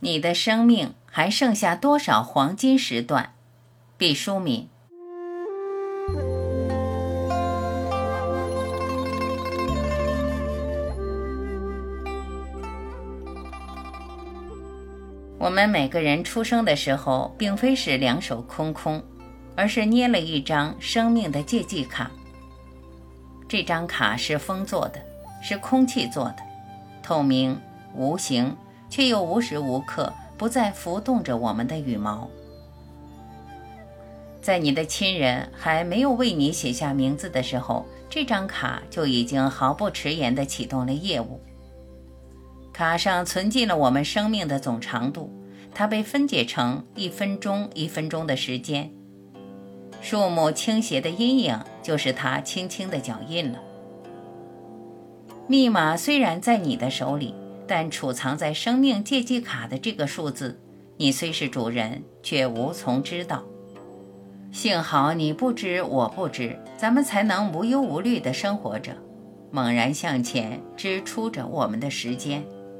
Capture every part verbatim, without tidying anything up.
你的生命还剩下多少黄金时段？毕淑敏。我们每个人出生的时候，并非是两手空空，而是捏了一张生命的借记卡。这张卡是风做的，是空气做的，透明无形，却又无时无刻不再浮动着我们的羽毛。在你的亲人还没有为你写下名字的时候，这张卡就已经毫不迟延地启动了业务。卡上存进了我们生命的总长度，它被分解成一分钟一分钟的时间。树木倾斜的阴影就是它轻轻的脚印了。密码虽然在你的手里，但储藏在生命借记卡的这个数字，你虽是主人，却无从知道。幸好你不知，我不知，咱们才能无忧无虑地生活着，猛然向前支出着我们的时间。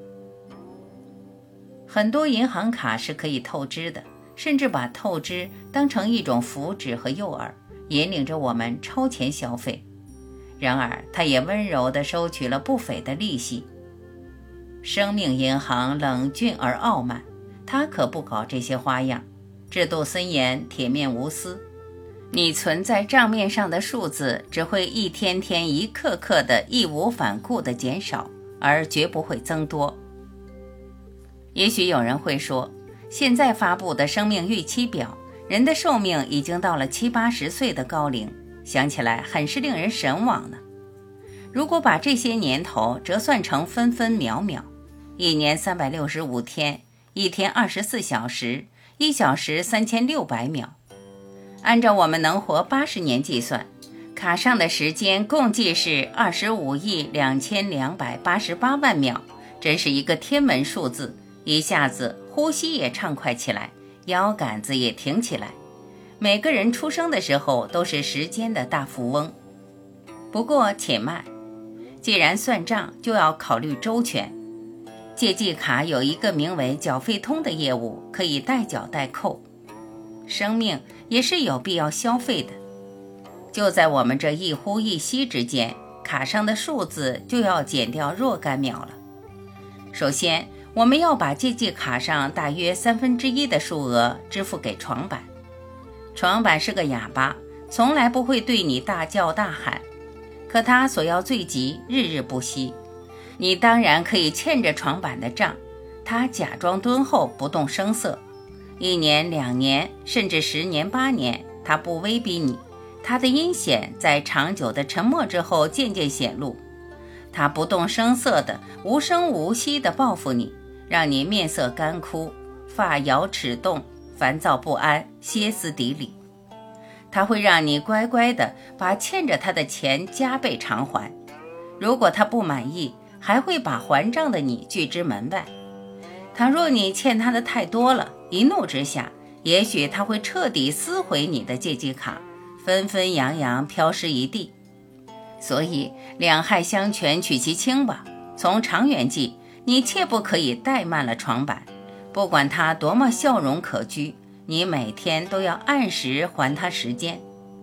很多银行卡是可以透支的，甚至把透支当成一种福祉和诱饵，引领着我们超前消费。然而它也温柔地收取了不菲的利息。生命银行冷峻而傲慢，它可不搞这些花样，制度森严，铁面无私。你存在账面上的数字只会一天天一刻刻的义无反顾地减少，而绝不会增多。也许有人会说，现在发布的生命预期表，人的寿命已经到了七八十岁的高龄，想起来很是令人神往呢。如果把这些年头折算成分分秒秒，一年三百六十五天，一天二十四小时，一小时三千六百秒。按照我们能活八十年计算，卡上的时间共计是二十五亿两千两百八十八万秒，真是一个天文数字，一下子呼吸也畅快起来，腰杆子也挺起来。每个人出生的时候都是时间的大富翁。不过且慢，既然算账，就要考虑周全。借记卡有一个名为缴费通的业务，可以代缴代扣。生命也是有必要消费的。就在我们这一呼一吸之间，卡上的数字就要减掉若干秒了。首先，我们要把借记卡上大约三分之一的数额支付给床板。床板是个哑巴，从来不会对你大叫大喊，可他所要罪疾，日日不息。你当然可以欠着床板的账，他假装敦厚，不动声色。一年两年甚至十年八年，他不威逼你，他的阴险在长久的沉默之后渐渐显露。他不动声色的无声无息地报复你，让你面色干枯，发摇齿动，烦躁不安，歇斯底里。他会让你乖乖地把欠着他的钱加倍偿还，如果他不满意，还会把还账的你拒之门外。倘若你欠他的太多了，一怒之下，也许他会彻底撕毁你的借记卡，纷纷扬扬飘失一地。所以两害相权取其轻吧，从长远计，你切不可以怠慢了床板，不管他多么笑容可掬，你每天都要按时还他时间。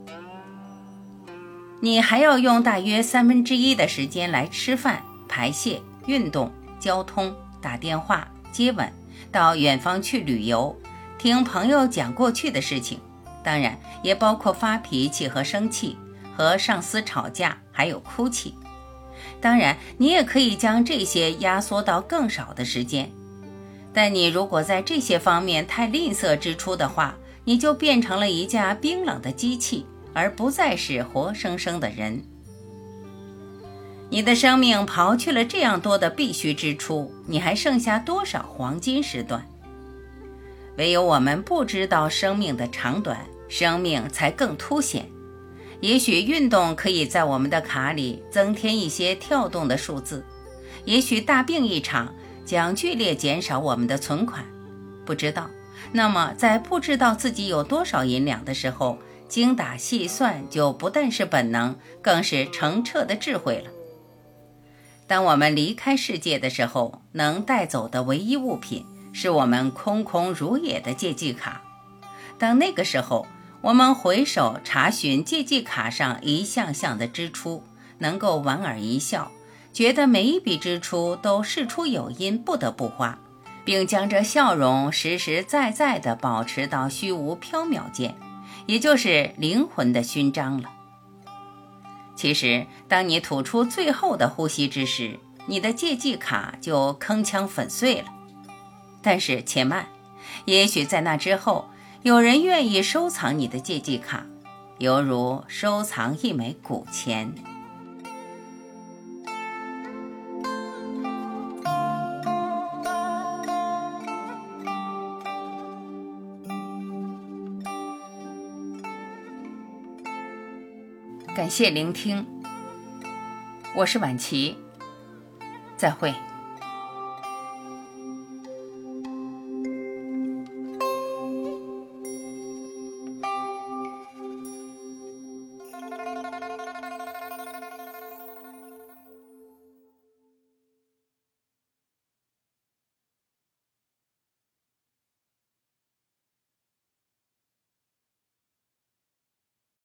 你还要用大约三分之一的时间来吃饭、排泄、运动、交通、打电话、接吻，到远方去旅游，听朋友讲过去的事情，当然也包括发脾气和生气，和上司吵架，还有哭泣。当然你也可以将这些压缩到更少的时间，但你如果在这些方面太吝啬支出的话，你就变成了一架冰冷的机器，而不再是活生生的人。你的生命刨去了这样多的必须支出，你还剩下多少黄金时段？唯有我们不知道生命的长短，生命才更凸显。也许运动可以在我们的卡里增添一些跳动的数字，也许大病一场将剧烈减少我们的存款，不知道。那么在不知道自己有多少银两的时候，精打细算就不但是本能，更是澄澈的智慧了。当我们离开世界的时候，能带走的唯一物品， 是我们空空如也的借记卡。当那个时候，我们回首查询借记卡上一项项的支出，能够莞尔一笑，觉得每一笔支出都事出有因，不得不花，并将这笑容实实在在地保持到虚无缥缈间，也就是灵魂的勋章了。其实当你吐出最后的呼吸之时，你的借记卡就铿锵粉碎了。但是且慢，也许在那之后，有人愿意收藏你的借记卡，犹如收藏一枚古钱。感谢聆听，我是婉琪，再会。